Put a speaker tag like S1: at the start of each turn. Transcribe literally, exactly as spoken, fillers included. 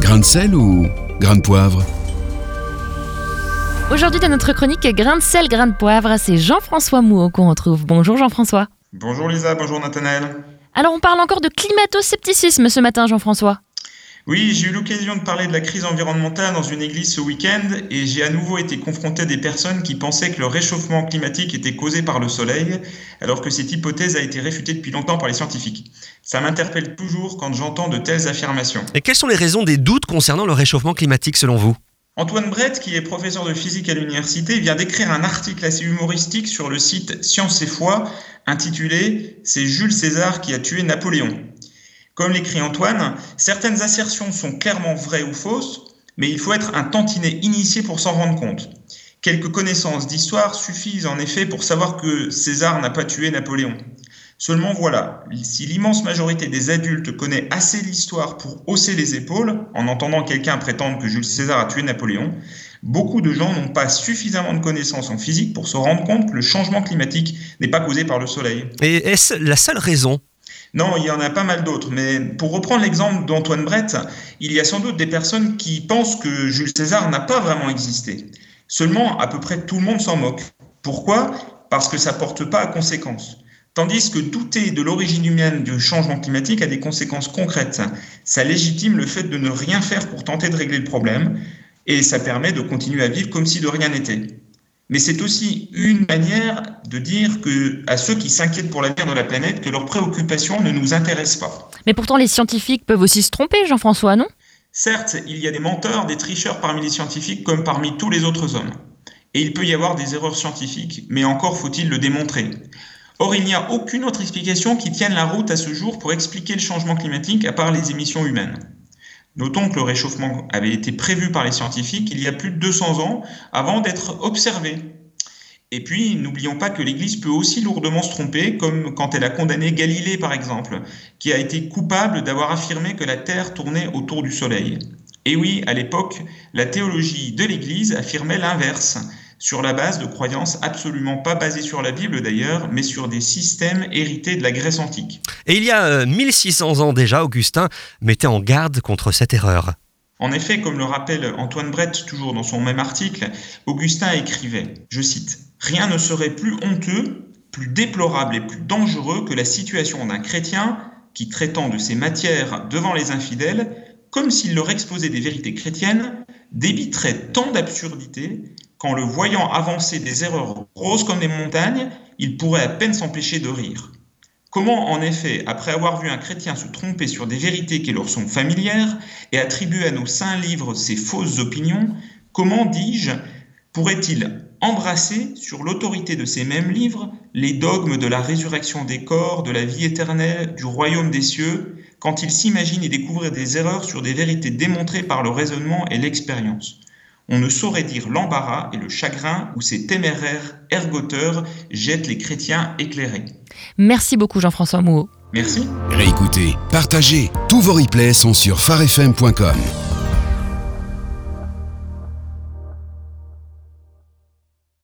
S1: Grain de sel ou grain de poivre ?
S2: Aujourd'hui, dans notre chronique Grain de sel, grain de poivre, c'est Jean-François Mouot qu'on retrouve. Bonjour Jean-François.
S3: Bonjour Lisa, bonjour Nathanaël.
S2: Alors on parle encore de climato-scepticisme ce matin, Jean-François.
S3: Oui, j'ai eu l'occasion de parler de la crise environnementale dans une église ce week-end et j'ai à nouveau été confronté à des personnes qui pensaient que le réchauffement climatique était causé par le soleil, alors que cette hypothèse a été réfutée depuis longtemps par les scientifiques. Ça m'interpelle toujours quand j'entends de telles affirmations.
S4: Et quelles sont les raisons des doutes concernant le réchauffement climatique selon vous ?
S3: Antoine Brett, qui est professeur de physique à l'université, vient d'écrire un article assez humoristique sur le site Science et Foi, intitulé « C'est Jules César qui a tué Napoléon ». Comme l'écrit Antoine, certaines assertions sont clairement vraies ou fausses, mais il faut être un tantinet initié pour s'en rendre compte. Quelques connaissances d'histoire suffisent en effet pour savoir que César n'a pas tué Napoléon. Seulement voilà, si l'immense majorité des adultes connaît assez l'histoire pour hausser les épaules, en entendant quelqu'un prétendre que Jules César a tué Napoléon, beaucoup de gens n'ont pas suffisamment de connaissances en physique pour se rendre compte que le changement climatique n'est pas causé par le soleil.
S4: Et est-ce la seule raison ?
S3: Non, il y en a pas mal d'autres, mais pour reprendre l'exemple d'Antoine Brett, il y a sans doute des personnes qui pensent que Jules César n'a pas vraiment existé. Seulement, à peu près tout le monde s'en moque. Pourquoi ? Parce que ça porte pas à conséquence. Tandis que douter de l'origine humaine du changement climatique a des conséquences concrètes. Ça légitime le fait de ne rien faire pour tenter de régler le problème, et ça permet de continuer à vivre comme si de rien n'était. Mais c'est aussi une manière de dire que, à ceux qui s'inquiètent pour l'avenir de la planète, que leurs préoccupations ne nous intéressent pas.
S2: Mais pourtant les scientifiques peuvent aussi se tromper, Jean-François, non ?
S3: Certes, il y a des menteurs, des tricheurs parmi les scientifiques comme parmi tous les autres hommes. Et il peut y avoir des erreurs scientifiques, mais encore faut-il le démontrer. Or, il n'y a aucune autre explication qui tienne la route à ce jour pour expliquer le changement climatique à part les émissions humaines. Notons que le réchauffement avait été prévu par les scientifiques il y a plus de deux cents ans avant d'être observé. Et puis, n'oublions pas que l'Église peut aussi lourdement se tromper, comme quand elle a condamné Galilée par exemple, qui a été coupable d'avoir affirmé que la Terre tournait autour du Soleil. Et oui, à l'époque, la théologie de l'Église affirmait l'inverse, sur la base de croyances absolument pas basées sur la Bible d'ailleurs, mais sur des systèmes hérités de la Grèce antique.
S4: Et il y a euh, mille six cents ans déjà, Augustin mettait en garde contre cette erreur.
S3: En effet, comme le rappelle Antoine Brett toujours dans son même article, Augustin écrivait, je cite, « Rien ne serait plus honteux, plus déplorable et plus dangereux que la situation d'un chrétien qui, traitant de ces matières devant les infidèles, comme s'il leur exposait des vérités chrétiennes, débiterait tant d'absurdités qu'en le voyant avancer des erreurs grosses comme des montagnes, il pourrait à peine s'empêcher de rire. Comment, en effet, après avoir vu un chrétien se tromper sur des vérités qui leur sont familières et attribuer à nos saints livres ces fausses opinions, comment, dis-je, pourrait-il embrasser, sur l'autorité de ces mêmes livres, les dogmes de la résurrection des corps, de la vie éternelle, du royaume des cieux, quand il s'imagine y découvrir des erreurs sur des vérités démontrées par le raisonnement et l'expérience ? On ne saurait dire l'embarras et le chagrin où ces téméraires ergoteurs jettent les chrétiens éclairés.
S2: Merci beaucoup Jean-François Mouot.
S3: Merci.
S1: Réécoutez, partagez. Tous vos replays sont sur phare f m point com.